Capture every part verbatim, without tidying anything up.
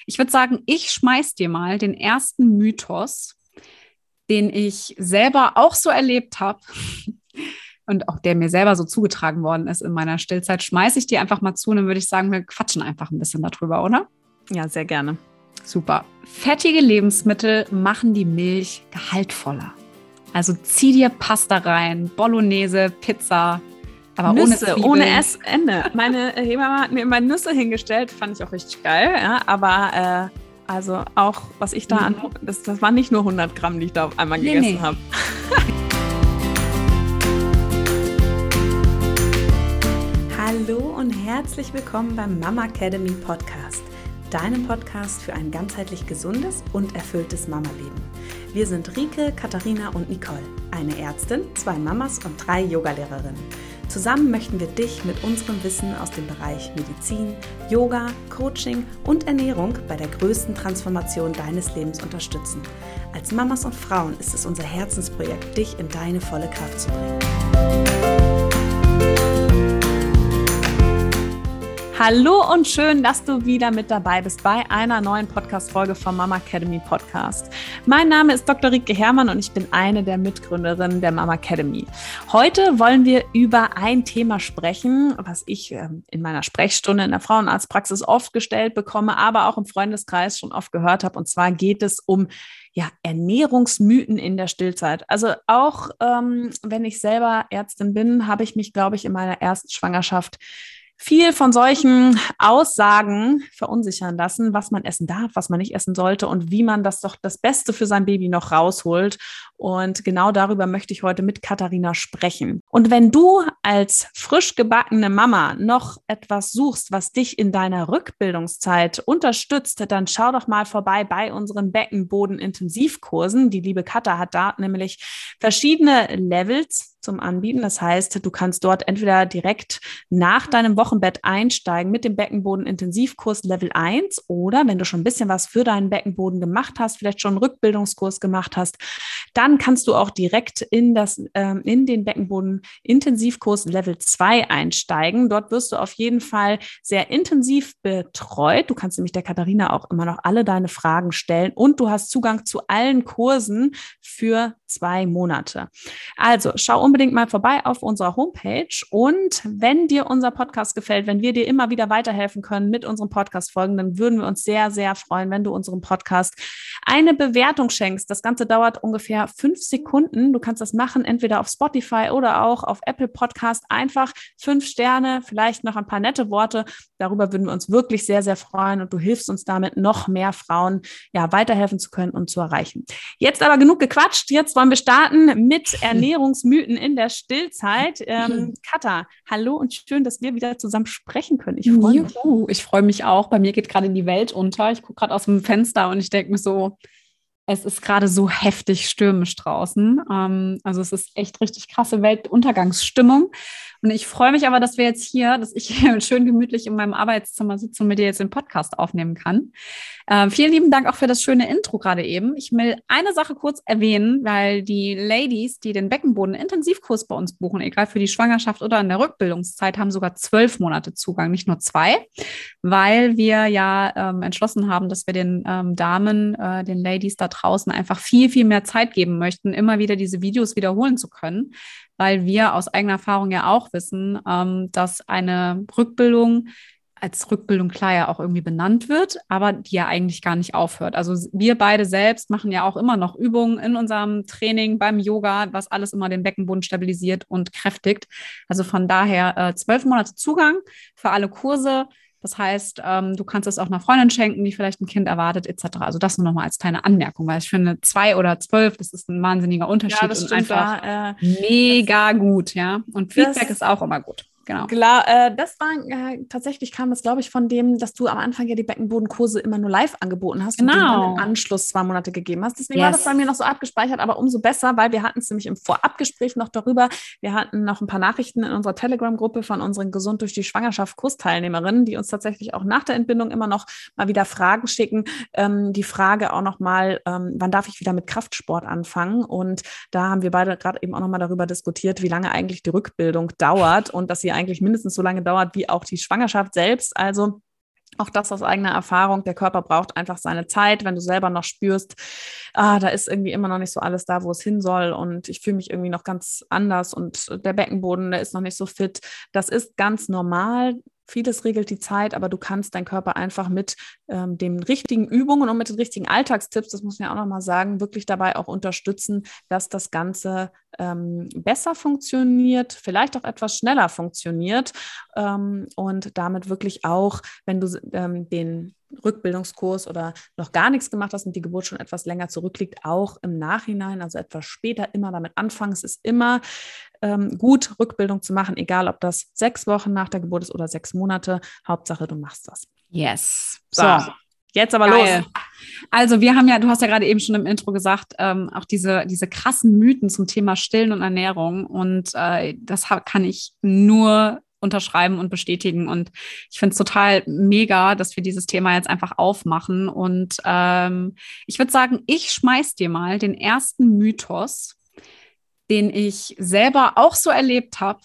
Ich würde sagen, ich schmeiß dir mal den ersten Mythos, den ich selber auch so erlebt habe und auch der mir selber so zugetragen worden ist in meiner Stillzeit, schmeiße ich dir einfach mal zu und dann würde ich sagen, wir quatschen einfach ein bisschen darüber, oder? Ja, sehr gerne. Super. Fettige Lebensmittel machen die Milch gehaltvoller. Also zieh dir Pasta rein, Bolognese, Pizza, aber Nüsse, ohne ohne Essende. Meine Hebamme hat mir immer Nüsse hingestellt, fand ich auch richtig geil, ja, aber äh, also auch, was ich da an, das, das waren nicht nur hundert Gramm, die ich da auf einmal Nee, gegessen nee. habe. Hallo und herzlich willkommen beim Mama Academy Podcast, deinem Podcast für ein ganzheitlich gesundes und erfülltes Mama-Leben. Wir sind Rike, Katharina und Nicole, eine Ärztin, zwei Mamas und drei Yogalehrerinnen. Zusammen möchten wir dich mit unserem Wissen aus dem Bereich Medizin, Yoga, Coaching und Ernährung bei der größten Transformation deines Lebens unterstützen. Als Mamas und Frauen ist es unser Herzensprojekt, dich in deine volle Kraft zu bringen. Hallo und schön, dass du wieder mit dabei bist bei einer neuen Podcast-Folge vom Mama Academy Podcast. Mein Name ist Doktor Rike Herrmann und ich bin eine der Mitgründerinnen der Mama Academy. Heute wollen wir über ein Thema sprechen, was ich in meiner Sprechstunde in der Frauenarztpraxis oft gestellt bekomme, aber auch im Freundeskreis schon oft gehört habe. Und zwar geht es um ja, Ernährungsmythen in der Stillzeit. Also auch ähm, wenn ich selber Ärztin bin, habe ich mich, glaube ich, in meiner ersten Schwangerschaft viel von solchen Aussagen verunsichern lassen, was man essen darf, was man nicht essen sollte und wie man das doch das Beste für sein Baby noch rausholt. Und genau darüber möchte ich heute mit Katharina sprechen. Und wenn du als frisch gebackene Mama noch etwas suchst, was dich in deiner Rückbildungszeit unterstützt, dann schau doch mal vorbei bei unseren Beckenboden-Intensivkursen. Die liebe Katha hat da nämlich verschiedene Levels zum Anbieten. Das heißt, du kannst dort entweder direkt nach deinem Wochenbett einsteigen mit dem Beckenboden-Intensivkurs Level eins oder wenn du schon ein bisschen was für deinen Beckenboden gemacht hast, vielleicht schon einen Rückbildungskurs gemacht hast, dann kannst du auch direkt in, das, ähm, in den Beckenboden-Intensivkurs Level zwei einsteigen. Dort wirst du auf jeden Fall sehr intensiv betreut. Du kannst nämlich der Katharina auch immer noch alle deine Fragen stellen und du hast Zugang zu allen Kursen für zwei Monate. Also schau unbedingt mal vorbei auf unserer Homepage und wenn dir unser Podcast gefällt, wenn wir dir immer wieder weiterhelfen können mit unseren Podcast-Folgen, dann würden wir uns sehr, sehr freuen, wenn du unserem Podcast eine Bewertung schenkst. Das Ganze dauert ungefähr fünf Sekunden. Du kannst das machen, entweder auf Spotify oder auch auf Apple Podcast. Einfach fünf Sterne, vielleicht noch ein paar nette Worte. Darüber würden wir uns wirklich sehr, sehr freuen und du hilfst uns damit, noch mehr Frauen ja, weiterhelfen zu können und zu erreichen. Jetzt aber genug gequatscht. Jetzt wollen wir starten mit Ernährungsmythen in der Stillzeit. Ähm, Katha, hallo und schön, dass wir wieder zusammen sprechen können. Ich freue mich. Juhu, ich freue mich auch. Bei mir geht gerade die Welt unter. Ich gucke gerade aus dem Fenster und ich denke mir so, es ist gerade so heftig stürmisch draußen. Ähm, also es ist echt richtig krasse Weltuntergangsstimmung. Und ich freue mich aber, dass wir jetzt hier, dass ich hier schön gemütlich in meinem Arbeitszimmer sitze und mit dir jetzt den Podcast aufnehmen kann. Äh, vielen lieben Dank auch für das schöne Intro gerade eben. Ich will eine Sache kurz erwähnen, weil die Ladies, die den Beckenboden-Intensivkurs bei uns buchen, egal für die Schwangerschaft oder in der Rückbildungszeit, haben sogar zwölf Monate Zugang, nicht nur zwei, weil wir ja ähm, entschlossen haben, dass wir den ähm, Damen, äh, den Ladies da draußen einfach viel, viel mehr Zeit geben möchten, immer wieder diese Videos wiederholen zu können, weil wir aus eigener Erfahrung ja auch wissen, ähm, dass eine Rückbildung als Rückbildung klar ja auch irgendwie benannt wird, aber die ja eigentlich gar nicht aufhört. Also wir beide selbst machen ja auch immer noch Übungen in unserem Training beim Yoga, was alles immer den Beckenboden stabilisiert und kräftigt. Also von daher äh, zwölf Monate Zugang für alle Kurse. Das heißt, ähm, du kannst es auch einer Freundin schenken, die vielleicht ein Kind erwartet, et cetera. Also das nur nochmal als kleine Anmerkung, weil ich finde, zwei oder zwölf, das ist ein wahnsinniger Unterschied Ja, das und stimmt, einfach da, äh, mega gut, ja. Und Feedback das- ist auch immer gut. Genau. Klar, äh, das war äh, tatsächlich kam das, glaube ich, von dem, dass du am Anfang ja die Beckenbodenkurse immer nur live angeboten hast und die dann Genau. im Anschluss zwei Monate gegeben hast. Deswegen Yes. war das bei mir noch so abgespeichert, aber umso besser, weil wir hatten es nämlich im Vorabgespräch noch darüber. Wir hatten noch ein paar Nachrichten in unserer Telegram-Gruppe von unseren Gesund durch die Schwangerschaft Kursteilnehmerinnen, die uns tatsächlich auch nach der Entbindung immer noch mal wieder Fragen schicken. Ähm, die Frage auch noch mal, ähm, wann darf ich wieder mit Kraftsport anfangen? Und da haben wir beide gerade eben auch noch mal darüber diskutiert, wie lange eigentlich die Rückbildung dauert und dass sie eigentlich mindestens so lange dauert wie auch die Schwangerschaft selbst. Also Auch das aus eigener Erfahrung. Der Körper braucht einfach seine Zeit, wenn du selber noch spürst, ah, da ist irgendwie immer noch nicht so alles da, wo es hin soll und ich fühle mich irgendwie noch ganz anders und der Beckenboden, der ist noch nicht so fit. Das ist ganz normal. Vieles regelt die Zeit, aber du kannst deinen Körper einfach mit ähm, den richtigen Übungen und mit den richtigen Alltagstipps, das muss man ja auch nochmal sagen, wirklich dabei auch unterstützen, dass das Ganze ähm, besser funktioniert, vielleicht auch etwas schneller funktioniert ähm, und damit wirklich auch, wenn du ähm, den Rückbildungskurs oder noch gar nichts gemacht hast und die Geburt schon etwas länger zurückliegt, auch im Nachhinein, also etwas später, immer damit anfangen. Es ist immer ähm, gut, Rückbildung zu machen, egal ob das sechs Wochen nach der Geburt ist oder sechs Monate. Hauptsache, du machst das. Yes. So, so. Jetzt aber Geil. los. Also wir haben ja, du hast ja gerade eben schon im Intro gesagt, ähm, auch diese, diese krassen Mythen zum Thema Stillen und Ernährung. Und äh, das ha- kann ich nur unterschreiben und bestätigen. Und ich finde es total mega, dass wir dieses Thema jetzt einfach aufmachen. Und ähm, ich würde sagen, ich schmeiß dir mal den ersten Mythos, den ich selber auch so erlebt habe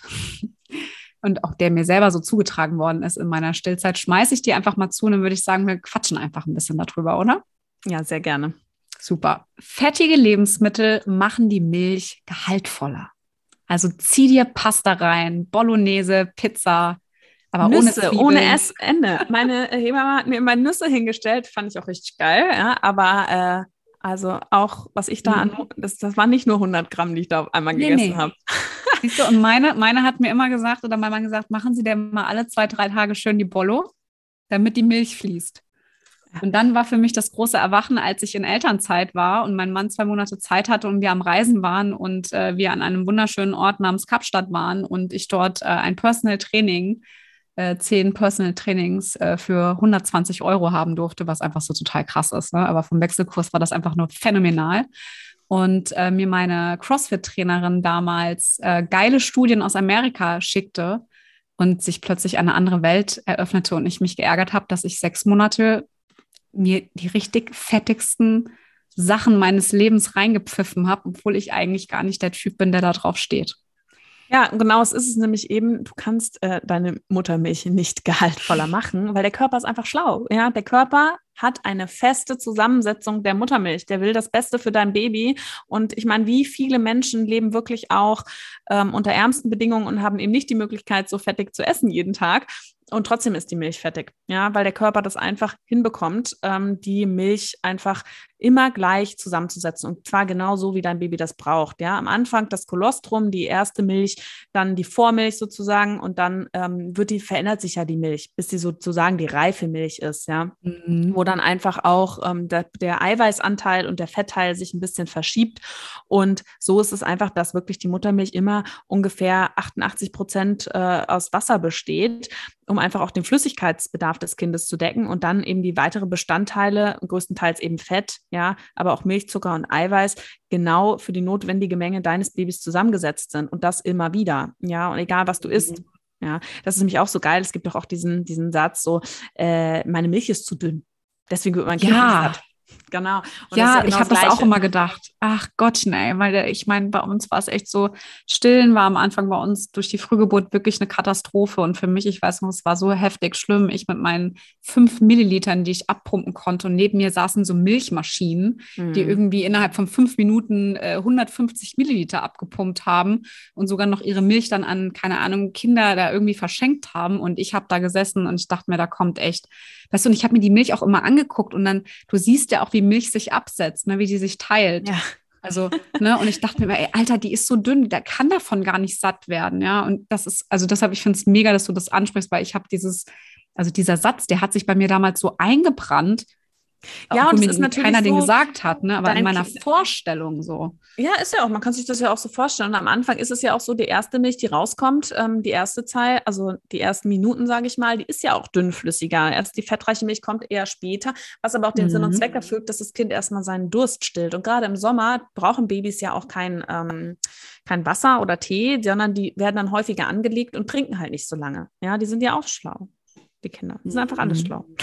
und auch der mir selber so zugetragen worden ist in meiner Stillzeit, schmeiße ich dir einfach mal zu und dann würde ich sagen, wir quatschen einfach ein bisschen darüber, oder? Ja, sehr gerne. Super. Fettige Lebensmittel machen die Milch gehaltvoller. Also zieh dir Pasta rein, Bolognese, Pizza, aber Nüsse, ohne Zwiebeln. ohne Essende. Meine Hebamme hat mir immer Nüsse hingestellt, fand ich auch richtig geil, ja, aber äh, also auch, was ich da an, das, das waren nicht nur hundert Gramm, die ich da auf einmal Nee, gegessen nee. habe. Siehst du, und meine, meine hat mir immer gesagt, oder mein Mann gesagt, machen Sie denn mal alle zwei, drei Tage schön die Bollo, damit die Milch fließt. Und dann war für mich das große Erwachen, als ich in Elternzeit war und mein Mann zwei Monate Zeit hatte und wir am Reisen waren und äh, wir an einem wunderschönen Ort namens Kapstadt waren und ich dort äh, ein Personal Training, äh, zehn Personal Trainings äh, für hundertzwanzig Euro haben durfte, was einfach so total krass ist. Ne? Aber vom Wechselkurs war das einfach nur phänomenal. Und äh, mir meine CrossFit-Trainerin damals äh, geile Studien aus Amerika schickte und sich plötzlich eine andere Welt eröffnete und ich mich geärgert habe, dass ich sechs Monate mir die richtig fettigsten Sachen meines Lebens reingepfiffen habe, obwohl ich eigentlich gar nicht der Typ bin, der da drauf steht. Ja, genau, es ist es nämlich eben, du kannst äh, deine Muttermilch nicht gehaltvoller machen, weil der Körper ist einfach schlau. Ja, der Körper hat eine feste Zusammensetzung der Muttermilch. Der will das Beste für dein Baby. Und ich meine, wie viele Menschen leben wirklich auch ähm, unter ärmsten Bedingungen und haben eben nicht die Möglichkeit, so fettig zu essen jeden Tag. Und trotzdem ist die Milch fettig, ja, weil der Körper das einfach hinbekommt, ähm, die Milch einfach immer gleich zusammenzusetzen und zwar genau so, wie dein Baby das braucht, ja. Am Anfang das Kolostrum, die erste Milch, dann die Vormilch sozusagen und dann ähm, wird die, verändert sich ja die Milch, bis sie sozusagen die reife Milch ist, ja, mhm. wo dann einfach auch ähm, der, der Eiweißanteil und der Fettteil sich ein bisschen verschiebt und so ist es einfach, dass wirklich die Muttermilch immer ungefähr achtundachtzig Prozent äh, aus Wasser besteht, um einfach auch den Flüssigkeitsbedarf des Kindes zu decken und dann eben die weiteren Bestandteile, größtenteils eben Fett, ja, aber auch Milch, Zucker und Eiweiß, genau für die notwendige Menge deines Babys zusammengesetzt sind und das immer wieder, ja, und egal, was du isst. Ja, das ist nämlich auch so geil. Es gibt doch auch diesen, diesen Satz so, äh, meine Milch ist zu dünn. Deswegen wird mein Kind ja. nicht satt. Genau. Und ja, das ja genau ich habe das, das auch immer gedacht. Ach Gottchen, ey, weil ich meine, bei uns war es echt so, Stillen war am Anfang bei uns durch die Frühgeburt wirklich eine Katastrophe und für mich, ich weiß noch, es war so heftig schlimm. Ich mit meinen fünf Millilitern, die ich abpumpen konnte und neben mir saßen so Milchmaschinen, mhm. die irgendwie innerhalb von fünf Minuten äh, hundertfünfzig Milliliter abgepumpt haben und sogar noch ihre Milch dann an, keine Ahnung, Kinder da irgendwie verschenkt haben und ich habe da gesessen und ich dachte mir, da kommt echt, weißt du, und ich habe mir die Milch auch immer angeguckt und dann, du siehst ja auch, wie Milch sich absetzt, ne, wie die sich teilt. Ja. Also, ne, und ich dachte mir, ey, Alter, die ist so dünn, der kann davon gar nicht satt werden, ja. Und das ist, also deshalb, ich finde es mega, dass du das ansprichst, weil ich habe dieses, also dieser Satz, der hat sich bei mir damals so eingebrannt, ja, und mir es ist natürlich keiner so, den gesagt hat, ne, aber in meiner kind, Vorstellung so. Ja, ist ja auch, man kann sich das ja auch so vorstellen. Und am Anfang ist es ja auch so, die erste Milch, die rauskommt, ähm, die erste Zeit, also die ersten Minuten, sage ich mal, die ist ja auch dünnflüssiger. Erst die fettreiche Milch kommt eher später, was aber auch den mhm. Sinn und Zweck erfüllt, dass das Kind erstmal seinen Durst stillt. Und gerade im Sommer brauchen Babys ja auch kein, ähm, kein Wasser oder Tee, sondern die werden dann häufiger angelegt und trinken halt nicht so lange. Ja, die sind ja auch schlau. Die Kinder. Die sind einfach alles mhm. schlau.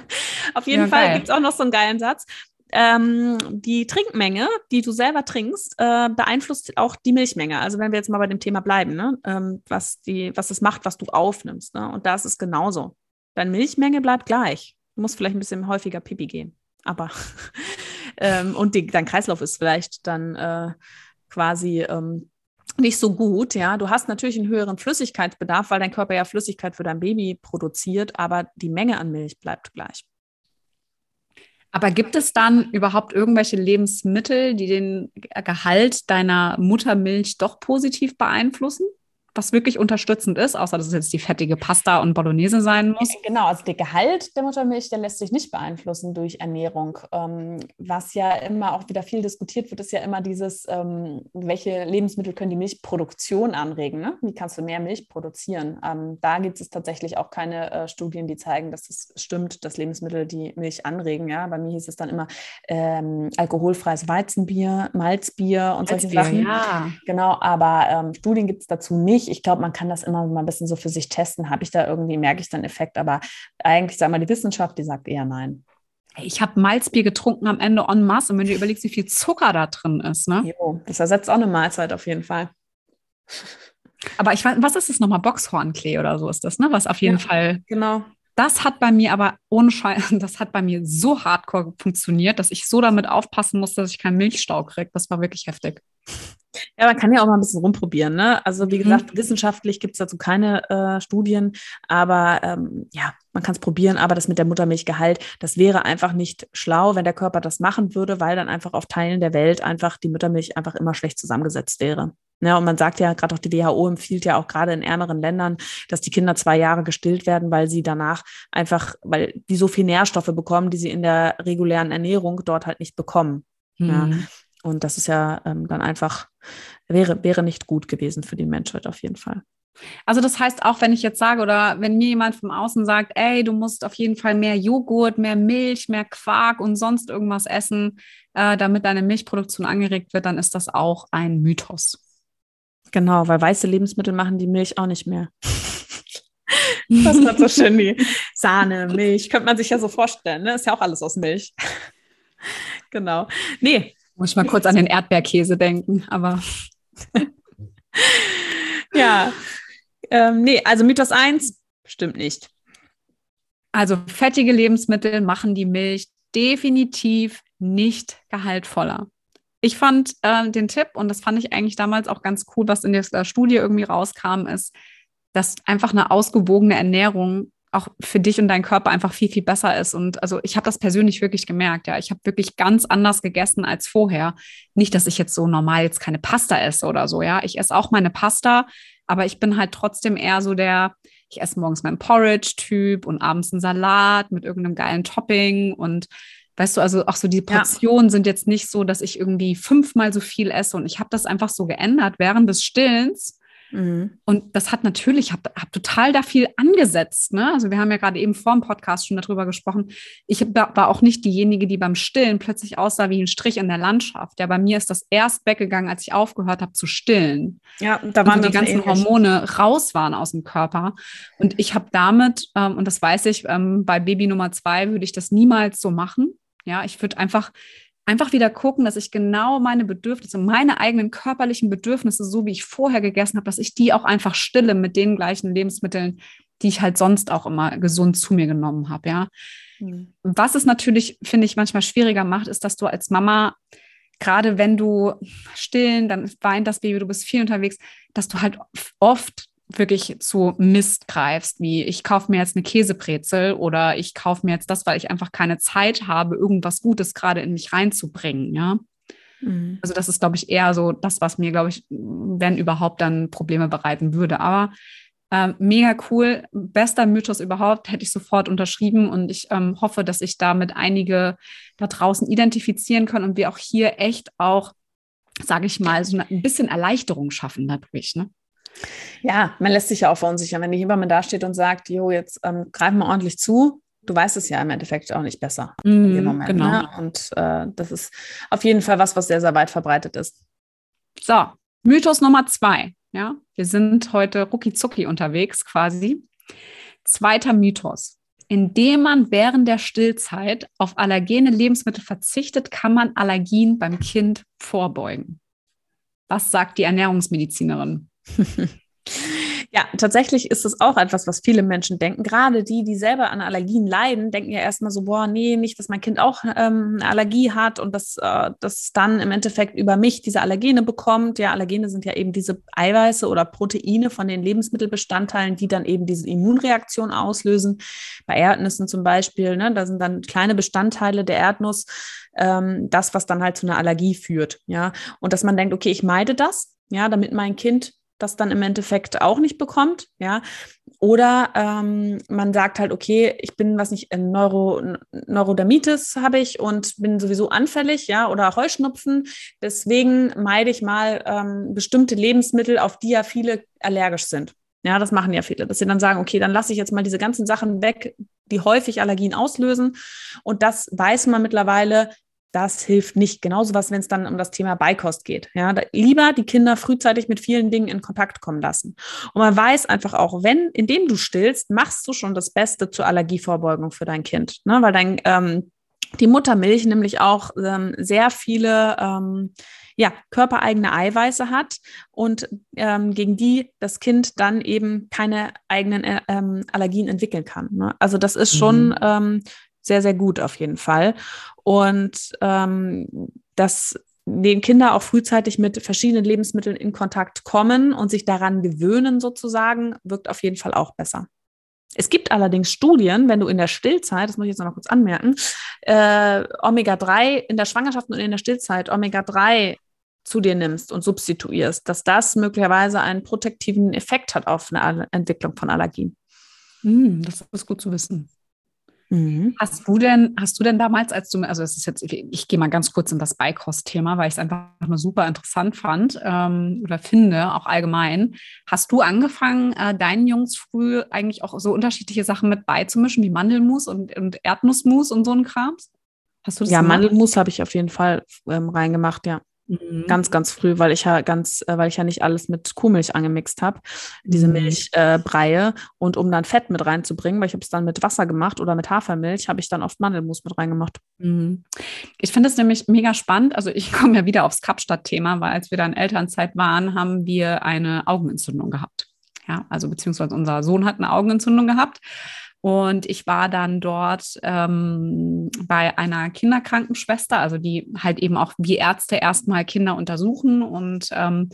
Auf jeden ja, Fall gibt es auch noch so einen geilen Satz. Ähm, die Trinkmenge, die du selber trinkst, äh, beeinflusst auch die Milchmenge. Also wenn wir jetzt mal bei dem Thema bleiben, ne? ähm, was, die, was es macht, was du aufnimmst. Ne? Und da ist es genauso. Deine Milchmenge bleibt gleich. Du musst vielleicht ein bisschen häufiger Pipi gehen. Aber ähm, und die, dein Kreislauf ist vielleicht dann äh, quasi ähm, nicht so gut. Ja, du hast natürlich einen höheren Flüssigkeitsbedarf, weil dein Körper ja Flüssigkeit für dein Baby produziert, aber die Menge an Milch bleibt gleich. Aber gibt es dann überhaupt irgendwelche Lebensmittel, die den Gehalt deiner Muttermilch doch positiv beeinflussen? Was wirklich unterstützend ist, außer dass es jetzt die fettige Pasta und Bolognese sein muss? Genau, also der Gehalt der Muttermilch, der lässt sich nicht beeinflussen durch Ernährung. Ähm, was ja immer auch wieder viel diskutiert wird, ist ja immer dieses, ähm, welche Lebensmittel können die Milchproduktion anregen, ne? Wie kannst du mehr Milch produzieren? Ähm, da gibt es tatsächlich auch keine äh, Studien, die zeigen, dass es stimmt, dass Lebensmittel die Milch anregen. Ja? Bei mir hieß es dann immer ähm, alkoholfreies Weizenbier, Malzbier und solche Malzbier, Sachen. ja. Genau, aber ähm, Studien gibt es dazu nicht. Ich glaube, man kann das immer mal ein bisschen so für sich testen. Habe ich da irgendwie, merke ich dann Effekt? Aber eigentlich, sag mal, die Wissenschaft, die sagt eher nein. Ich habe Malzbier getrunken am Ende en masse. Und wenn du überlegst, wie viel Zucker da drin ist, ne? Jo, das ersetzt auch eine Mahlzeit auf jeden Fall. Aber ich weiß, was ist das nochmal? Boxhornklee oder so ist das, ne? Was auf jeden Ja, Fall. Genau. Das hat bei mir aber ohne Scheiß, das hat bei mir so hardcore funktioniert, dass ich so damit aufpassen musste, dass ich keinen Milchstau kriege. Das war wirklich heftig. Ja, man kann ja auch mal ein bisschen rumprobieren, ne? Also wie Mhm. gesagt, wissenschaftlich gibt es dazu keine äh, Studien, aber ähm, ja, man kann es probieren, aber das mit der Muttermilchgehalt, das wäre einfach nicht schlau, wenn der Körper das machen würde, weil dann einfach auf Teilen der Welt einfach die Muttermilch einfach immer schlecht zusammengesetzt wäre. Ja, und man sagt ja, gerade auch die W H O empfiehlt ja auch gerade in ärmeren Ländern, dass die Kinder zwei Jahre gestillt werden, weil sie danach einfach, weil die so viel Nährstoffe bekommen, die sie in der regulären Ernährung dort halt nicht bekommen. Ja. Mhm. Und das ist ja ähm, dann einfach, wäre, wäre nicht gut gewesen für die Menschheit auf jeden Fall. Also das heißt, auch wenn ich jetzt sage oder wenn mir jemand vom Außen sagt, ey, du musst auf jeden Fall mehr Joghurt, mehr Milch, mehr Quark und sonst irgendwas essen, äh, damit deine Milchproduktion angeregt wird, dann ist das auch ein Mythos. Genau, weil weiße Lebensmittel machen die Milch auch nicht mehr. Das ist so schön, die Sahne, Milch, könnte man sich ja so vorstellen, ne? Ist ja auch alles aus Milch. Genau. Nee. Muss ich mal kurz an den Erdbeerkäse denken, aber ja. Ähm, nee, also Mythos eins stimmt nicht. Also fettige Lebensmittel machen die Milch definitiv nicht gehaltvoller. Ich fand äh, den Tipp, und das fand ich eigentlich damals auch ganz cool, was in der Studie irgendwie rauskam, ist, dass einfach eine ausgewogene Ernährung auch für dich und deinen Körper einfach viel, viel besser ist. Und also ich habe das persönlich wirklich gemerkt, ja. Ich habe wirklich ganz anders gegessen als vorher. Nicht, dass ich jetzt so normal jetzt keine Pasta esse oder so, ja. Ich esse auch meine Pasta, aber ich bin halt trotzdem eher so der, ich esse morgens meinen Porridge-Typ und abends einen Salat mit irgendeinem geilen Topping und weißt du, also auch so die Portionen ja. sind jetzt nicht so, dass ich irgendwie fünfmal so viel esse und ich habe das einfach so geändert während des Stillens. Mhm. Und das hat natürlich, ich habe hab total da viel angesetzt. Ne? Also wir haben ja gerade eben vor dem Podcast schon darüber gesprochen. Ich hab, war auch nicht diejenige, die beim Stillen plötzlich aussah wie ein Strich in der Landschaft. Ja, bei mir ist das erst weggegangen, als ich aufgehört habe zu stillen. Ja, da waren also die ganzen ähnlich. Hormone raus waren aus dem Körper. Und ich habe damit, ähm, und das weiß ich, ähm, bei Baby Nummer zwei würde ich das niemals so machen. Ja, ich würde einfach, einfach wieder gucken, dass ich genau meine Bedürfnisse, meine eigenen körperlichen Bedürfnisse, so wie ich vorher gegessen habe, dass ich die auch einfach stille mit den gleichen Lebensmitteln, die ich halt sonst auch immer gesund zu mir genommen habe, ja. Mhm. Was es natürlich, finde ich, manchmal schwieriger macht, ist, dass du als Mama, gerade wenn du stillen, dann weint das Baby, du bist viel unterwegs, dass du halt oft wirklich zu Mist greifst, wie ich kaufe mir jetzt eine Käsebrezel oder ich kaufe mir jetzt das, weil ich einfach keine Zeit habe, irgendwas Gutes gerade in mich reinzubringen, ja. Mhm. Also das ist, glaube ich, eher so das, was mir, glaube ich, wenn überhaupt, dann Probleme bereiten würde. Aber äh, mega cool, bester Mythos überhaupt, hätte ich sofort unterschrieben und ich ähm, hoffe, dass ich damit einige da draußen identifizieren kann und wir auch hier echt auch, sage ich mal, so ein bisschen Erleichterung schaffen dadurch, ne? Ja, man lässt sich ja auch verunsichern, wenn die Hebamme da steht und sagt, jo, jetzt ähm, greifen wir ordentlich zu. Du weißt es ja im Endeffekt auch nicht besser mm, in dem Moment. Genau. Ne? Und äh, das ist auf jeden Fall was, was sehr, sehr weit verbreitet ist. So, Mythos Nummer zwei. Ja, wir sind heute rucki-zucki unterwegs quasi. Zweiter Mythos. Indem man während der Stillzeit auf allergene Lebensmittel verzichtet, kann man Allergien beim Kind vorbeugen. Was sagt die Ernährungsmedizinerin? Ja, tatsächlich ist es auch etwas, was viele Menschen denken. Gerade die, die selber an Allergien leiden, denken ja erstmal so, boah, nee, nicht, dass mein Kind auch ähm, eine Allergie hat und dass äh, das dann im Endeffekt über mich diese Allergene bekommt. Ja, Allergene sind ja eben diese Eiweiße oder Proteine von den Lebensmittelbestandteilen, die dann eben diese Immunreaktion auslösen. Bei Erdnüssen zum Beispiel, ne, da sind dann kleine Bestandteile der Erdnuss, ähm, das, was dann halt zu einer Allergie führt. Ja, und dass man denkt, okay, ich meide das, ja, damit mein Kind das dann im Endeffekt auch nicht bekommt, ja. Oder ähm, man sagt halt, okay, ich bin, was nicht, Neuro, Neurodermitis habe ich und bin sowieso anfällig, ja, oder Heuschnupfen. Deswegen meide ich mal ähm, bestimmte Lebensmittel, auf die ja viele allergisch sind. Ja, das machen ja viele, dass sie dann sagen, okay, dann lasse ich jetzt mal diese ganzen Sachen weg, die häufig Allergien auslösen. Und das weiß man mittlerweile, das hilft nicht. Genauso was, wenn es dann um das Thema Beikost geht. Ja, da lieber die Kinder frühzeitig mit vielen Dingen in Kontakt kommen lassen. Und man weiß einfach auch, wenn, indem du stillst, machst du schon das Beste zur Allergievorbeugung für dein Kind. Ne? Weil dein, ähm, die Muttermilch nämlich auch ähm, sehr viele ähm, ja, körpereigene Eiweiße hat und ähm, gegen die das Kind dann eben keine eigenen äh, ähm, Allergien entwickeln kann. Ne? Also das ist schon mhm. ähm, sehr, sehr gut auf jeden Fall. Und ähm, dass den Kinder auch frühzeitig mit verschiedenen Lebensmitteln in Kontakt kommen und sich daran gewöhnen sozusagen, wirkt auf jeden Fall auch besser. Es gibt allerdings Studien, wenn du in der Stillzeit, das muss ich jetzt noch mal kurz anmerken, äh, Omega drei in der Schwangerschaft und in der Stillzeit Omega drei zu dir nimmst und substituierst, dass das möglicherweise einen protektiven Effekt hat auf eine Entwicklung von Allergien. Hm, das ist gut zu wissen. Mhm. Hast du denn, hast du denn damals, als du, also es ist jetzt, ich gehe mal ganz kurz in das Beikost-Thema, weil ich es einfach nur super interessant fand ähm, oder finde, auch allgemein. Hast du angefangen, äh, deinen Jungs früh eigentlich auch so unterschiedliche Sachen mit beizumischen, wie Mandelmus und, und Erdnussmus und so ein Krams? Hast du das Ja, gemacht? Mandelmus habe ich auf jeden Fall ähm, reingemacht, ja. Mhm. Ganz, ganz früh, weil ich ja ganz, äh, weil ich ja nicht alles mit Kuhmilch angemixt habe, diese mhm. Milchbreie. Äh, und um dann Fett mit reinzubringen, weil ich habe es dann mit Wasser gemacht oder mit Hafermilch, habe ich dann oft Mandelmus mit reingemacht. Mhm. Ich finde es nämlich mega spannend. Also ich komme ja wieder aufs Kapstadt-Thema, weil als wir da in Elternzeit waren, haben wir eine Augenentzündung gehabt. Ja, also beziehungsweise unser Sohn hat eine Augenentzündung gehabt. Und ich war dann dort ähm, bei einer Kinderkrankenschwester, also die halt eben auch wie Ärzte erstmal Kinder untersuchen. Und ähm,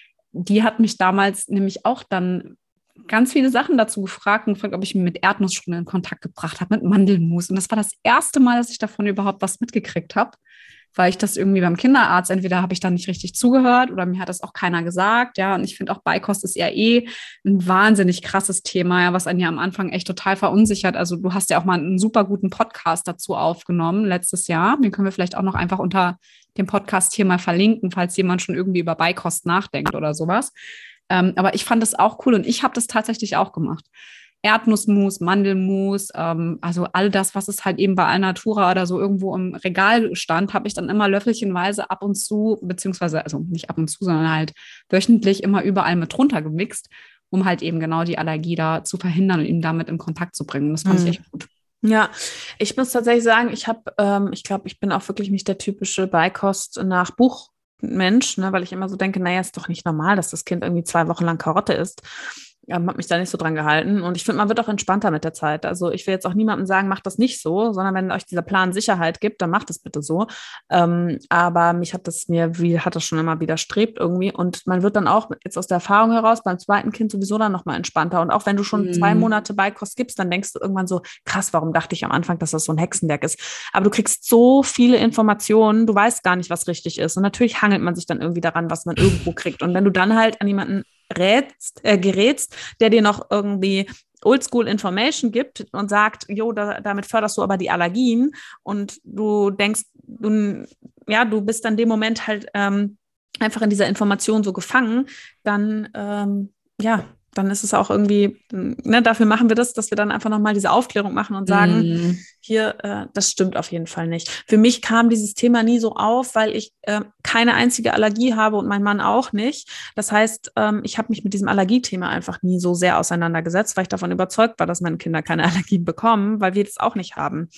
die hat mich damals nämlich auch dann ganz viele Sachen dazu gefragt und gefragt, ob ich mich mit Erdnuss schon in Kontakt gebracht habe, mit Mandelmus. Und das war das erste Mal, dass ich davon überhaupt was mitgekriegt habe, weil ich das irgendwie beim Kinderarzt, entweder habe ich dann nicht richtig zugehört oder mir hat das auch keiner gesagt, ja, und ich finde auch Beikost ist ja eh ein wahnsinnig krasses Thema, ja, was einen ja am Anfang echt total verunsichert, also du hast ja auch mal einen super guten Podcast dazu aufgenommen letztes Jahr, den können wir vielleicht auch noch einfach unter dem Podcast hier mal verlinken, falls jemand schon irgendwie über Beikost nachdenkt oder sowas, ähm, aber ich fand das auch cool und ich habe das tatsächlich auch gemacht. Erdnussmus, Mandelmus, ähm, also all das, was es halt eben bei Alnatura oder so irgendwo im Regal stand, habe ich dann immer löffelchenweise ab und zu, beziehungsweise, also nicht ab und zu, sondern halt wöchentlich immer überall mit runter gemixt, um halt eben genau die Allergie da zu verhindern und ihn damit in Kontakt zu bringen. Das fand mhm. ich echt gut. Ja, ich muss tatsächlich sagen, ich habe, ähm, ich glaube, ich bin auch wirklich nicht der typische Beikost nach Buch Mensch, ne, weil ich immer so denke, naja, ist doch nicht normal, dass das Kind irgendwie zwei Wochen lang Karotte isst. Ich habe mich da nicht so dran gehalten und ich finde, man wird auch entspannter mit der Zeit. Also ich will jetzt auch niemandem sagen, macht das nicht so, sondern wenn euch dieser Plan Sicherheit gibt, dann macht es bitte so. Ähm, aber mich hat das mir, wie hat das schon immer widerstrebt irgendwie und man wird dann auch jetzt aus der Erfahrung heraus beim zweiten Kind sowieso dann nochmal entspannter und auch wenn du schon mm. zwei Monate Beikost gibst, dann denkst du irgendwann so, krass, warum dachte ich am Anfang, dass das so ein Hexenwerk ist? Aber du kriegst so viele Informationen, du weißt gar nicht, was richtig ist und natürlich hangelt man sich dann irgendwie daran, was man irgendwo kriegt und wenn du dann halt an jemanden rätst, äh, gerätst, der dir noch irgendwie Oldschool-Information gibt und sagt, jo, da, damit förderst du aber die Allergien und du denkst, du, ja, du bist dann in dem Moment halt ähm, einfach in dieser Information so gefangen, dann, ähm, ja, dann ist es auch irgendwie, ne, dafür machen wir das, dass wir dann einfach nochmal diese Aufklärung machen und sagen, mm. hier, äh, das stimmt auf jeden Fall nicht. Für mich kam dieses Thema nie so auf, weil ich äh, keine einzige Allergie habe und mein Mann auch nicht. Das heißt, ähm, ich habe mich mit diesem Allergiethema einfach nie so sehr auseinandergesetzt, weil ich davon überzeugt war, dass meine Kinder keine Allergien bekommen, weil wir das auch nicht haben.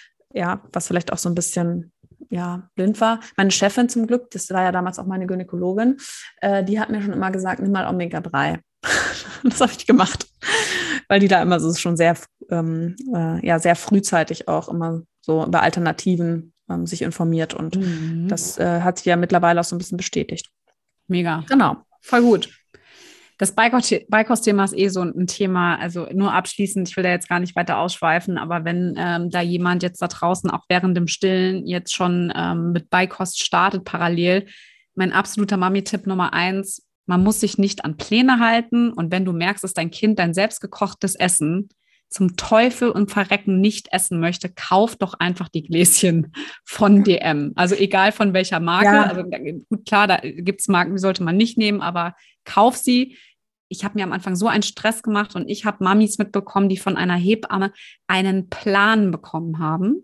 Ja, was vielleicht auch so ein bisschen ja, blind war. Meine Chefin zum Glück, das war ja damals auch meine Gynäkologin, äh, die hat mir schon immer gesagt, nimm mal Omega drei. Das habe ich gemacht, weil die da immer so schon sehr, ähm, äh, ja, sehr frühzeitig auch immer so über Alternativen ähm, sich informiert und mhm. das äh, hat sich ja mittlerweile auch so ein bisschen bestätigt. Mega. Genau, voll gut. Das Beikost-Thema ist eh so ein Thema, also nur abschließend, ich will da jetzt gar nicht weiter ausschweifen, aber wenn ähm, da jemand jetzt da draußen auch während dem Stillen jetzt schon ähm, mit Beikost startet parallel, mein absoluter Mami-Tipp Nummer eins, man muss sich nicht an Pläne halten und wenn du merkst, dass dein Kind dein selbstgekochtes Essen zum Teufel und Verrecken nicht essen möchte, kauf doch einfach die Gläschen von D M. Also egal von welcher Marke. Ja. Also gut, klar, da gibt es Marken, die sollte man nicht nehmen, aber kauf sie. Ich habe mir am Anfang so einen Stress gemacht und ich habe Mamis mitbekommen, die von einer Hebamme einen Plan bekommen haben,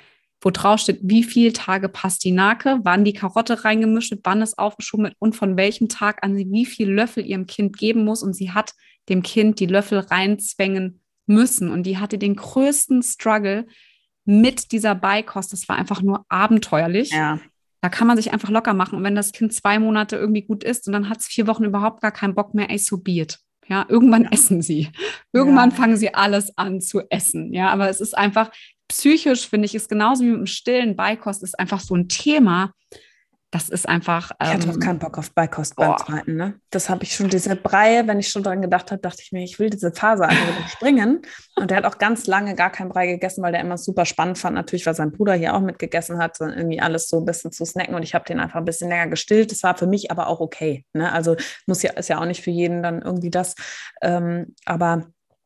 wo drauf steht, wie viele Tage Pastinake, wann die Karotte reingemischt wird, wann es aufgeschoben wird und von welchem Tag an sie wie viel Löffel ihrem Kind geben muss. Und sie hat dem Kind die Löffel reinzwängen müssen. Und die hatte den größten Struggle mit dieser Beikost. Das war einfach nur abenteuerlich. Ja. Da kann man sich einfach locker machen. Und wenn das Kind zwei Monate irgendwie gut isst und dann hat es vier Wochen überhaupt gar keinen Bock mehr, ey, so be it. Ja, irgendwann ja. essen sie. Irgendwann ja. fangen sie alles an zu essen. Ja, aber es ist einfach psychisch, finde ich, ist genauso wie mit dem Stillen. Beikost ist einfach so ein Thema. Das ist einfach. Ähm, ich hatte auch keinen Bock auf Beikost beim zweiten. Ne? Das habe ich schon, diese Breie, wenn ich schon daran gedacht habe, dachte ich mir, ich will diese Phase einfach überspringen. Und der hat auch ganz lange gar keinen Brei gegessen, weil der immer super spannend fand. Natürlich, weil sein Bruder hier auch mitgegessen hat, irgendwie alles so ein bisschen zu snacken. Und ich habe den einfach ein bisschen länger gestillt. Das war für mich aber auch okay. Ne? Also muss ja, ist ja auch nicht für jeden dann irgendwie das. Ähm, aber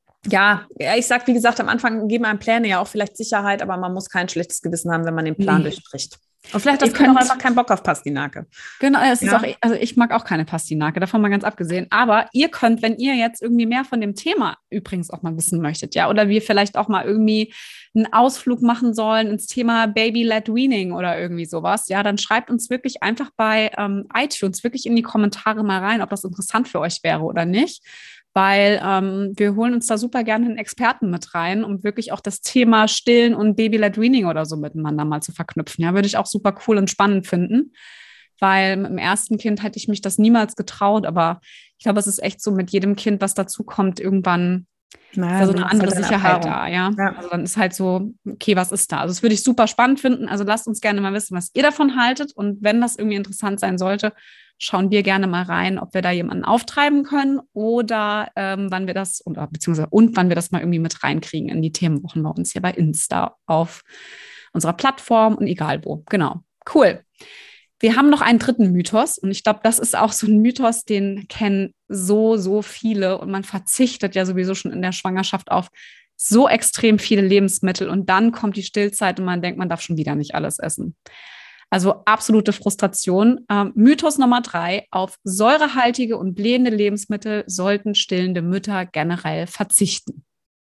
ja, ich sag, wie gesagt, am Anfang geben einem Pläne ja auch vielleicht Sicherheit, aber man muss kein schlechtes Gewissen haben, wenn man den Plan nee. durchbricht. Und vielleicht hast du auch einfach keinen Bock auf Pastinake. Genau, es ja. ist auch, also ich mag auch keine Pastinake, davon mal ganz abgesehen. Aber ihr könnt, wenn ihr jetzt irgendwie mehr von dem Thema übrigens auch mal wissen möchtet, ja, oder wir vielleicht auch mal irgendwie einen Ausflug machen sollen ins Thema Baby-led Weaning oder irgendwie sowas, ja, dann schreibt uns wirklich einfach bei ähm, iTunes wirklich in die Kommentare mal rein, ob das interessant für euch wäre oder nicht. Weil ähm, wir holen uns da super gerne einen Experten mit rein, um wirklich auch das Thema Stillen und Baby-led Weaning oder so miteinander mal zu verknüpfen. Ja, würde ich auch super cool und spannend finden, weil mit dem ersten Kind hätte ich mich das niemals getraut, aber ich glaube, es ist echt so, mit jedem Kind, was dazu kommt, irgendwann naja, ist da so eine andere halt Sicherheit da, ja? ja. Also dann ist halt so, okay, was ist da? Also das würde ich super spannend finden. Also lasst uns gerne mal wissen, was ihr davon haltet und wenn das irgendwie interessant sein sollte, schauen wir gerne mal rein, ob wir da jemanden auftreiben können oder ähm, wann wir das, oder beziehungsweise und wann wir das mal irgendwie mit reinkriegen in die Themenwochen bei uns hier bei Insta auf unserer Plattform und egal wo. Genau. Cool. Wir haben noch einen dritten Mythos und ich glaube, das ist auch so ein Mythos, den kennen so, so viele und man verzichtet ja sowieso schon in der Schwangerschaft auf so extrem viele Lebensmittel und dann kommt die Stillzeit und man denkt, man darf schon wieder nicht alles essen. Also absolute Frustration. Ähm, Mythos Nummer drei, auf säurehaltige und blähende Lebensmittel sollten stillende Mütter generell verzichten.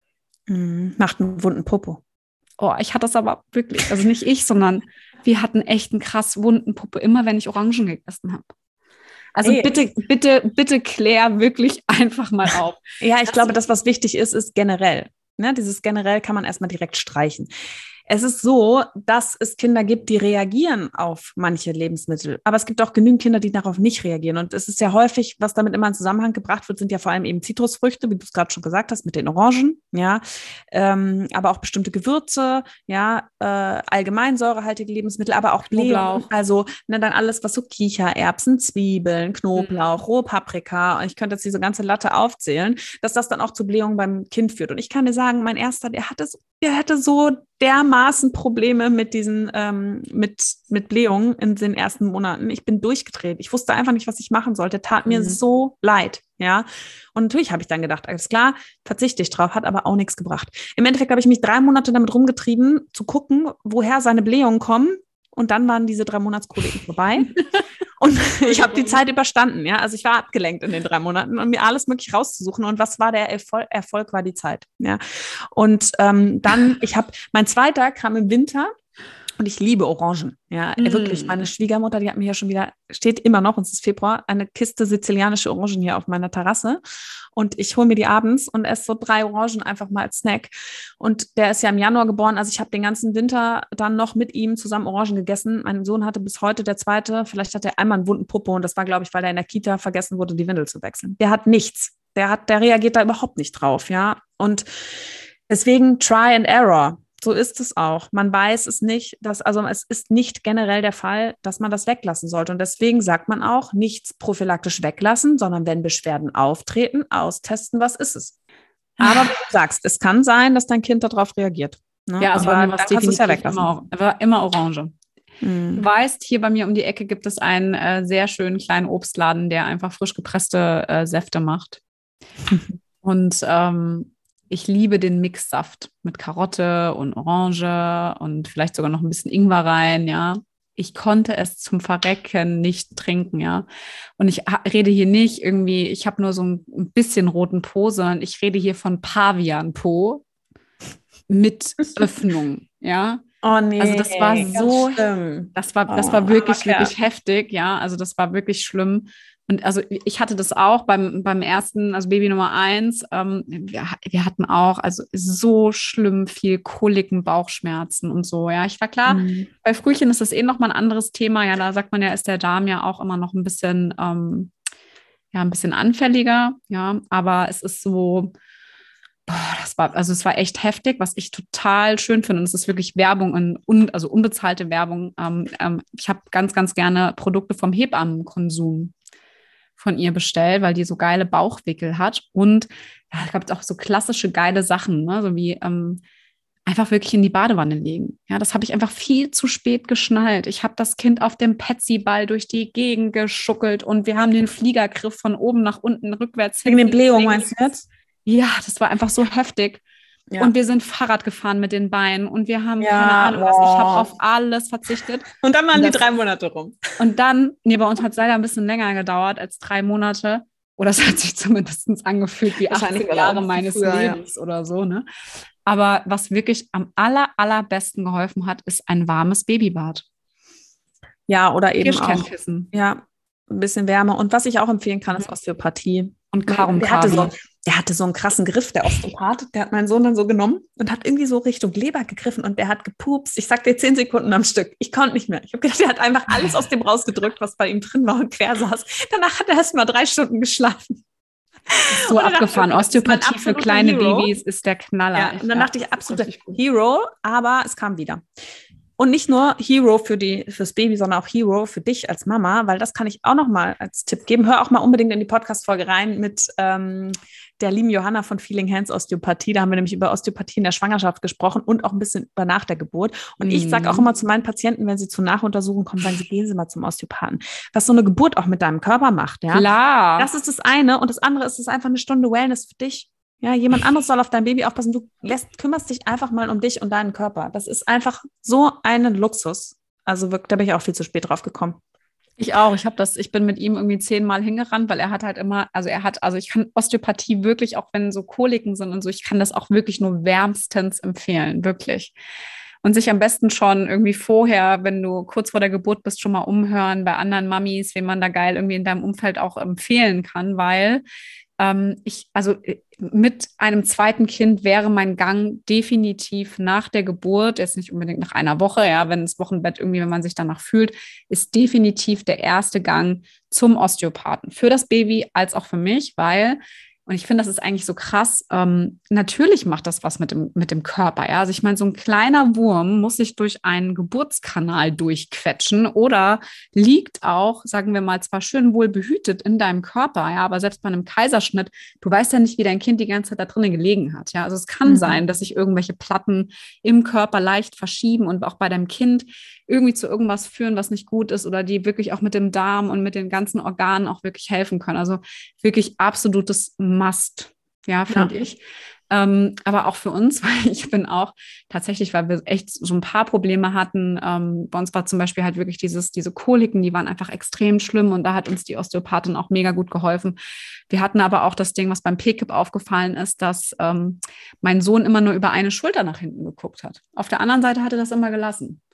Mhm. Macht einen wunden Popo. Oh, ich hatte das aber wirklich, also nicht ich, sondern wir hatten echt einen krass wunden Popo, immer wenn ich Orangen gegessen habe. Also hey. bitte, bitte, bitte klär wirklich einfach mal auf. Ja, ich das glaube, das, was wichtig ist, ist generell. Ne? Dieses generell kann man erstmal direkt streichen. Es ist so, dass es Kinder gibt, die reagieren auf manche Lebensmittel. Aber es gibt auch genügend Kinder, die darauf nicht reagieren. Und es ist ja häufig, was damit immer in Zusammenhang gebracht wird, sind ja vor allem eben Zitrusfrüchte, wie du es gerade schon gesagt hast, mit den Orangen, ja. Ähm, aber auch bestimmte Gewürze, ja, äh, allgemein säurehaltige Lebensmittel, aber auch Blähung. Also ne, dann alles, was so Kichererbsen, Zwiebeln, Knoblauch, mhm. rohe Paprika, und ich könnte jetzt diese ganze Latte aufzählen, dass das dann auch zu Blähungen beim Kind führt. Und ich kann dir sagen, mein Erster, der hatte so, der hatte so dermaßen Probleme mit diesen, ähm, mit, mit Blähungen in den ersten Monaten. Ich bin durchgedreht. Ich wusste einfach nicht, was ich machen sollte. Tat mir mhm. so leid, ja. Und natürlich habe ich dann gedacht, alles klar, verzichte ich drauf, hat aber auch nichts gebracht. Im Endeffekt habe ich mich drei Monate damit rumgetrieben, zu gucken, woher seine Blähungen kommen. Und dann waren diese drei Monatskoliken vorbei. Und ich habe die Zeit überstanden, ja. Also ich war abgelenkt in den drei Monaten und mir alles möglich rauszusuchen. Und was war der Erfolg? Erfolg war die Zeit, ja. Und ähm, dann, ich habe, mein zweiter kam im Winter. Und ich liebe Orangen, ja, mm. wirklich. Meine Schwiegermutter, die hat mir ja schon wieder, steht immer noch, und es ist Februar, eine Kiste sizilianische Orangen hier auf meiner Terrasse. Und ich hole mir die abends und esse so drei Orangen einfach mal als Snack. Und der ist ja im Januar geboren, also ich habe den ganzen Winter dann noch mit ihm zusammen Orangen gegessen. Mein Sohn hatte bis heute, der zweite, vielleicht hat er einmal einen wunden Popo und das war, glaube ich, weil er in der Kita vergessen wurde, die Windel zu wechseln. Der hat nichts. Der hat, der reagiert da überhaupt nicht drauf, ja. Und deswegen Try and Error. So ist es auch. Man weiß es nicht, dass, also es ist nicht generell der Fall, dass man das weglassen sollte. Und deswegen sagt man auch, nichts prophylaktisch weglassen, sondern wenn Beschwerden auftreten, austesten, was ist es. Aber wie du sagst, es kann sein, dass dein Kind darauf reagiert. Ne? Ja, also aber bei mir war es definitiv ja weglassen. immer, war immer Orange. Mhm. Du weißt, hier bei mir um die Ecke gibt es einen äh, sehr schönen kleinen Obstladen, der einfach frisch gepresste äh, Säfte macht. Und ähm, ich liebe den Mixsaft mit Karotte und Orange und vielleicht sogar noch ein bisschen Ingwer rein, ja. Ich konnte es zum Verrecken nicht trinken, ja. Und ich rede hier nicht irgendwie, ich habe nur so ein bisschen roten Po, sondern ich rede hier von Pavian-Po mit Öffnung, ja. Oh nee. Also das war so, das war, das war wirklich, oh, wirklich heftig, ja. Also das war wirklich schlimm. Und also ich hatte das auch beim, beim ersten, also Baby Nummer eins, ähm, wir, wir hatten auch also so schlimm viel Koliken, Bauchschmerzen und so, ja. Ich war klar, mhm. bei Frühchen ist das eh nochmal ein anderes Thema, ja, da sagt man ja, ist der Darm ja auch immer noch ein bisschen, ähm, ja, ein bisschen anfälliger, ja, aber es ist so, boah, das war, also es war echt heftig, was ich total schön finde. Und es ist wirklich Werbung, und un, also unbezahlte Werbung. Ähm, ähm, ich habe ganz, ganz gerne Produkte vom Hebammenkonsum von ihr bestellt, weil die so geile Bauchwickel hat. Und ja, ich glaube, auch so klassische geile Sachen, ne? So wie ähm, einfach wirklich in die Badewanne legen. Ja, das habe ich einfach viel zu spät geschnallt. Ich habe das Kind auf dem Petsy-Ball durch die Gegend geschuckelt und wir haben den Fliegergriff von oben nach unten rückwärts. Wegen den Blähungen meinst du jetzt? Ja, das war einfach so heftig. Ja. Und wir sind Fahrrad gefahren mit den Beinen und wir haben, ja, keine Ahnung was, ich habe auf alles verzichtet. Und dann waren und das, die drei Monate rum. Und dann, nee, bei uns hat es leider ein bisschen länger gedauert als drei Monate. Oder es hat sich zumindest angefühlt wie achtzig Jahre meines früher, Lebens ja. oder so, ne? Aber was wirklich am aller, allerbesten geholfen hat, ist ein warmes Babybad. Ja, oder eben auch, ja, ein bisschen Wärme. Und was ich auch empfehlen kann, ist Osteopathie. Und Karum der hatte, so, der hatte so einen krassen Griff, der Osteopath. Der hat meinen Sohn dann so genommen und hat irgendwie so Richtung Leber gegriffen und der hat gepupst. Ich sag dir zehn Sekunden am Stück. Ich konnte nicht mehr. Ich habe gedacht, der hat einfach alles aus dem rausgedrückt, was bei ihm drin war und quer saß. Danach hat er erst mal drei Stunden geschlafen. So abgefahren. Dachte, Osteopathie für kleine Hero. Babys ist der Knaller. Ja, und dann ja, dachte ich, absoluter Hero, aber es kam wieder. Und nicht nur Hero für die, fürs Baby, sondern auch Hero für dich als Mama, weil das kann ich auch noch mal als Tipp geben. Hör auch mal unbedingt in die Podcast-Folge rein mit ähm, der lieben Johanna von Feeling Hands Osteopathie. Da haben wir nämlich über Osteopathie in der Schwangerschaft gesprochen und auch ein bisschen über nach der Geburt. Und mhm. ich sage auch immer zu meinen Patienten, wenn sie zur Nachuntersuchung kommen, sagen sie, gehen Sie mal zum Osteopathen. Was so eine Geburt auch mit deinem Körper macht. Ja? Klar. Das ist das eine. Und das andere ist, es ist einfach eine Stunde Wellness für dich. Ja, jemand anderes soll auf dein Baby aufpassen. Du lässt, kümmerst dich einfach mal um dich und deinen Körper. Das ist einfach so ein Luxus. Also wirklich, da bin ich auch viel zu spät drauf gekommen. Ich auch. Ich habe das, ich bin mit ihm irgendwie zehnmal hingerannt, weil er hat halt immer, also er hat, also ich kann Osteopathie wirklich, auch wenn so Koliken sind und so, ich kann das auch wirklich nur wärmstens empfehlen, wirklich. Und sich am besten schon irgendwie vorher, wenn du kurz vor der Geburt bist, schon mal umhören bei anderen Mamis, wen man da geil irgendwie in deinem Umfeld auch empfehlen kann, weil ähm, ich, also mit einem zweiten Kind wäre mein Gang definitiv nach der Geburt, jetzt nicht unbedingt nach einer Woche, ja, wenn das Wochenbett irgendwie, wenn man sich danach fühlt, ist definitiv der erste Gang zum Osteopathen. Für das Baby als auch für mich, weil, und ich finde, das ist eigentlich so krass, ähm, natürlich macht das was mit dem, mit dem Körper, ja. Also ich meine, so ein kleiner Wurm muss sich durch einen Geburtskanal durchquetschen oder liegt auch, sagen wir mal, zwar schön wohl behütet in deinem Körper, ja, aber selbst bei einem Kaiserschnitt, du weißt ja nicht, wie dein Kind die ganze Zeit da drinnen gelegen hat, ja. Also es kann mhm. sein, dass sich irgendwelche Platten im Körper leicht verschieben und auch bei deinem Kind irgendwie zu irgendwas führen, was nicht gut ist oder die wirklich auch mit dem Darm und mit den ganzen Organen auch wirklich helfen können. Also wirklich absolutes Must, ja, finde ja. ich. Ähm, aber auch für uns, weil ich bin auch tatsächlich, weil wir echt so ein paar Probleme hatten. Ähm, bei uns war zum Beispiel halt wirklich dieses, diese Koliken, die waren einfach extrem schlimm und da hat uns die Osteopathin auch mega gut geholfen. Wir hatten aber auch das Ding, was beim P K I P aufgefallen ist, dass ähm, mein Sohn immer nur über eine Schulter nach hinten geguckt hat. Auf der anderen Seite hat er das immer gelassen.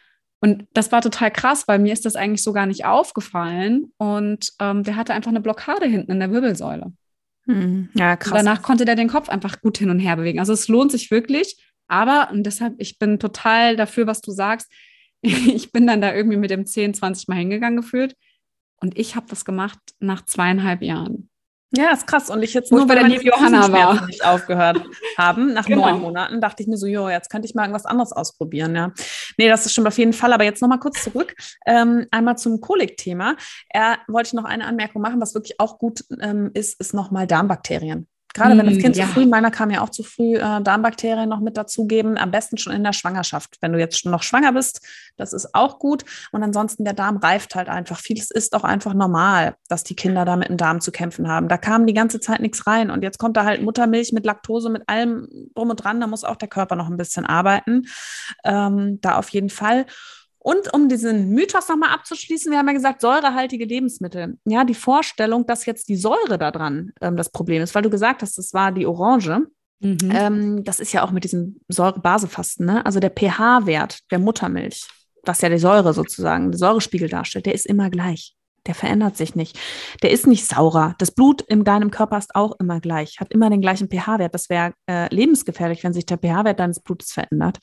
Und das war total krass, weil mir ist das eigentlich so gar nicht aufgefallen. Und ähm, der hatte einfach eine Blockade hinten in der Wirbelsäule. Hm. Ja, krass. Und danach konnte der den Kopf einfach gut hin und her bewegen. Also es lohnt sich wirklich. Aber, und deshalb, ich bin total dafür, was du sagst. Ich bin dann da irgendwie mit dem zehn, zwanzig Mal hingegangen gefühlt. Und ich habe das gemacht nach zweieinhalb Jahren. Ja, ist krass. Und ich jetzt Wo nur, ich bei weil der meine lieben Johanna war. Fußschmerzen nicht aufgehört haben, nach Genau. neun Monaten, dachte ich mir so, jo, jetzt könnte ich mal irgendwas anderes ausprobieren, ja. Nee, das ist schon auf jeden Fall. Aber jetzt nochmal kurz zurück, ähm, einmal zum Kolik-Thema. Er wollte ich noch eine Anmerkung machen, was wirklich auch gut ähm, ist, ist nochmal Darmbakterien. Gerade wenn das Kind Mm, ja. zu früh, meiner kam ja auch zu früh, äh, Darmbakterien noch mit dazugeben, am besten schon in der Schwangerschaft. Wenn du jetzt schon noch schwanger bist, das ist auch gut. Und ansonsten, der Darm reift halt einfach. Vieles ist auch einfach normal, dass die Kinder da mit dem Darm zu kämpfen haben. Da kam die ganze Zeit nichts rein. Und jetzt kommt da halt Muttermilch mit Laktose, mit allem drum und dran. Da muss auch der Körper noch ein bisschen arbeiten. Ähm, da auf jeden Fall. Und um diesen Mythos nochmal abzuschließen, wir haben ja gesagt, säurehaltige Lebensmittel. Ja, die Vorstellung, dass jetzt die Säure da dran ähm, das Problem ist, weil du gesagt hast, das war die Orange. Mhm. Ähm, das ist ja auch mit diesem Säure-Base-Fasten, ne? Also der pH-Wert der Muttermilch, was ja die Säure sozusagen, der Säurespiegel darstellt, der ist immer gleich. Der verändert sich nicht. Der ist nicht saurer. Das Blut in deinem Körper ist auch immer gleich, hat immer den gleichen pH-Wert. Das wäre äh, lebensgefährlich, wenn sich der pH-Wert deines Blutes verändert.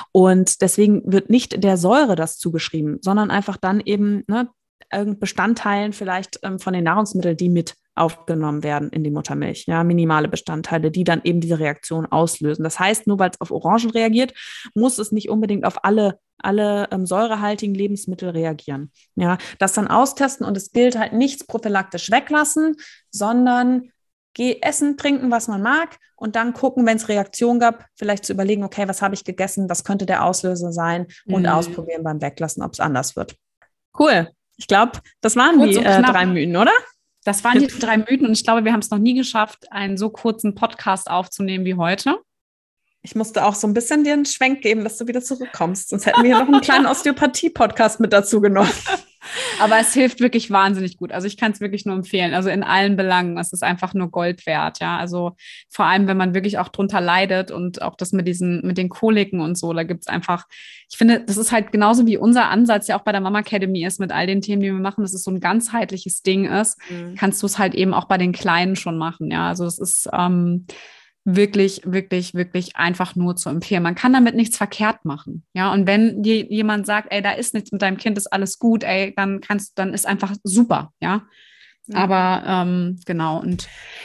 Und deswegen wird nicht der Säure das zugeschrieben, sondern einfach dann eben ne, Bestandteilen vielleicht ähm, von den Nahrungsmitteln, die mit aufgenommen werden in die Muttermilch. Ja, minimale Bestandteile, die dann eben diese Reaktion auslösen. Das heißt, nur weil es auf Orangen reagiert, muss es nicht unbedingt auf alle alle ähm, säurehaltigen Lebensmittel reagieren. Ja, das dann austesten und es gilt halt nichts prophylaktisch weglassen, sondern geh essen, trinken, was man mag und dann gucken, wenn es Reaktion gab, vielleicht zu überlegen, okay, was habe ich gegessen, was könnte der Auslöser sein und Mhm. ausprobieren beim Weglassen, ob es anders wird. Cool. Ich glaube, das waren Kurz die und äh, knapp. drei Mythen, oder? Das waren die drei Mythen und ich glaube, wir haben es noch nie geschafft, einen so kurzen Podcast aufzunehmen wie heute. Ich musste auch so ein bisschen dir einen Schwenk geben, dass du wieder zurückkommst. Sonst hätten wir hier noch einen kleinen Osteopathie-Podcast mit dazu genommen. Aber es hilft wirklich wahnsinnig gut. Also ich kann es wirklich nur empfehlen. Also in allen Belangen. Es ist einfach nur Gold wert. Ja, also vor allem, wenn man wirklich auch drunter leidet und auch das mit diesen, mit den Koliken und so, da gibt es einfach, ich finde, das ist halt genauso wie unser Ansatz ja auch bei der Mama Academy ist mit all den Themen, die wir machen, dass es so ein ganzheitliches Ding ist, mhm. kannst du es halt eben auch bei den Kleinen schon machen. Ja, also es ist, ähm, wirklich, wirklich, wirklich einfach nur zu empfehlen. Man kann damit nichts verkehrt machen. Ja, und wenn dir jemand sagt, ey, da ist nichts mit deinem Kind, ist alles gut, ey, dann kannst, dann ist einfach super, ja. ja. Aber ähm, genau, und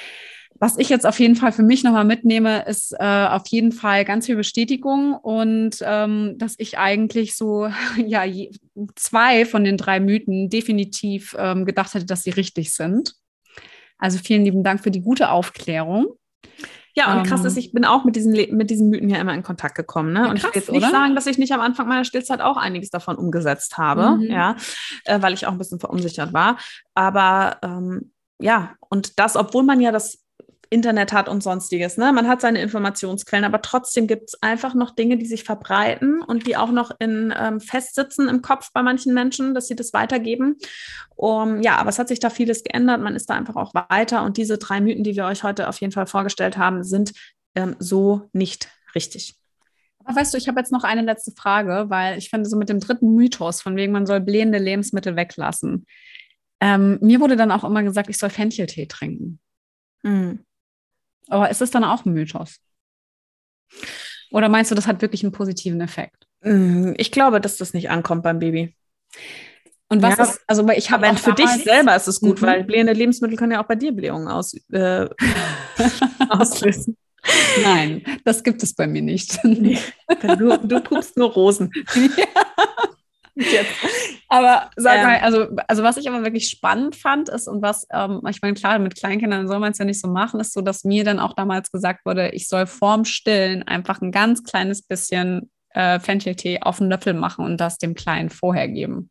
was ich jetzt auf jeden Fall für mich nochmal mitnehme, ist äh, auf jeden Fall ganz viel Bestätigung und ähm, dass ich eigentlich so, ja, je, zwei von den drei Mythen definitiv ähm, gedacht hätte, dass sie richtig sind. Also vielen lieben Dank für die gute Aufklärung. Ja, und krass ist, ich bin auch mit diesen, mit diesen Mythen ja immer in Kontakt gekommen. Ne? Ja, und krass, ich will jetzt nicht oder? sagen, dass ich nicht am Anfang meiner Stillzeit auch einiges davon umgesetzt habe, mhm. ja, äh, weil ich auch ein bisschen verunsichert war. Aber ähm, ja, und das, obwohl man ja das Internet hat und Sonstiges, ne? Man hat seine Informationsquellen, aber trotzdem gibt es einfach noch Dinge, die sich verbreiten und die auch noch in ähm, festsitzen im Kopf bei manchen Menschen, dass sie das weitergeben. Um, ja, aber es hat sich da vieles geändert, man ist da einfach auch weiter und diese drei Mythen, die wir euch heute auf jeden Fall vorgestellt haben, sind ähm, so nicht richtig. Aber weißt du, ich habe jetzt noch eine letzte Frage, weil ich finde so mit dem dritten Mythos, von wegen man soll blähende Lebensmittel weglassen, ähm, mir wurde dann auch immer gesagt, ich soll Fencheltee trinken. Mhm. Aber ist das dann auch ein Mythos? Oder meinst du, das hat wirklich einen positiven Effekt? Ich glaube, dass das nicht ankommt beim Baby. Und was ja, ist, also ich habe für dich selber ist es gut, mhm. weil blähende Lebensmittel können ja auch bei dir Blähungen aus, äh, auslösen. Nein, das gibt es bei mir nicht. du, du pupst nur Rosen. Ja. Jetzt. Aber sag ähm. mal, also, also was ich aber wirklich spannend fand ist und was, ähm, ich meine, klar, mit Kleinkindern soll man es ja nicht so machen, ist so, dass mir dann auch damals gesagt wurde, ich soll vorm Stillen einfach ein ganz kleines bisschen äh, Fencheltee auf einen Löffel machen und das dem Kleinen vorher geben.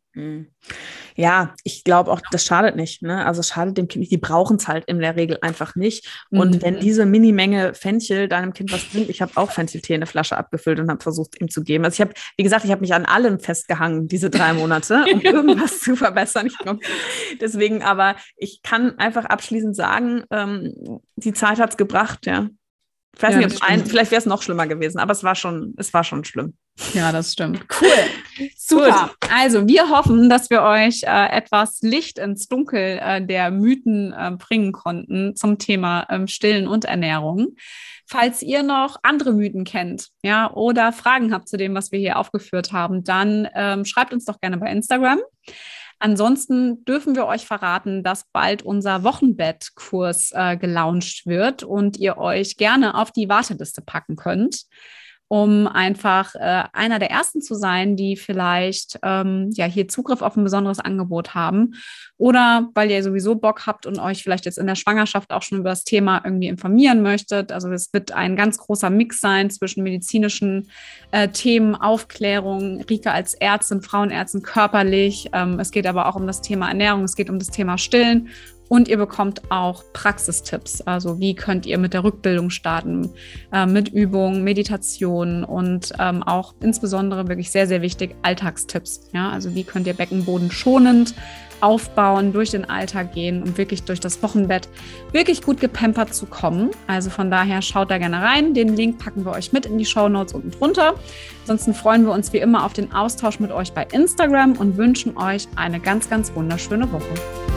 Ja, ich glaube auch, das schadet nicht. Ne? Also es schadet dem Kind nicht. Die brauchen es halt in der Regel einfach nicht. Und mhm. wenn diese Minimenge Fenchel deinem Kind was bringt, ich habe auch Fencheltee in eine Flasche abgefüllt und habe versucht, ihm zu geben. Also ich habe, wie gesagt, ich habe mich an allem festgehangen, diese drei Monate, um irgendwas zu verbessern. Ich glaub, deswegen, aber ich kann einfach abschließend sagen, ähm, die Zeit hat es gebracht, ja. Ich weiß ja, nicht, ob ein, vielleicht wäre es noch schlimmer gewesen, aber es war schon, es war schon schlimm. Ja, das stimmt. Cool. Super. Gut. Also wir hoffen, dass wir euch äh, etwas Licht ins Dunkel äh, der Mythen äh, bringen konnten zum Thema ähm, Stillen und Ernährung. Falls ihr noch andere Mythen kennt, ja, oder Fragen habt zu dem, was wir hier aufgeführt haben, dann ähm, schreibt uns doch gerne bei Instagram. Ansonsten dürfen wir euch verraten, dass bald unser Wochenbettkurs äh, gelauncht wird und ihr euch gerne auf die Warteliste packen könnt, um einfach äh, einer der Ersten zu sein, die vielleicht ähm, ja hier Zugriff auf ein besonderes Angebot haben oder weil ihr sowieso Bock habt und euch vielleicht jetzt in der Schwangerschaft auch schon über das Thema irgendwie informieren möchtet. Also es wird ein ganz großer Mix sein zwischen medizinischen äh, Themen, Aufklärung, Rike als Ärztin, Frauenärztin körperlich. Ähm, es geht aber auch um das Thema Ernährung, es geht um das Thema Stillen. Und ihr bekommt auch Praxistipps. Also wie könnt ihr mit der Rückbildung starten, äh, mit Übungen, Meditation und ähm, auch insbesondere wirklich sehr, sehr wichtig, Alltagstipps. Ja? Also wie könnt ihr Beckenboden schonend aufbauen, durch den Alltag gehen, um wirklich durch das Wochenbett wirklich gut gepampert zu kommen. Also von daher schaut da gerne rein. Den Link packen wir euch mit in die Shownotes unten drunter. Ansonsten freuen wir uns wie immer auf den Austausch mit euch bei Instagram und wünschen euch eine ganz, ganz wunderschöne Woche.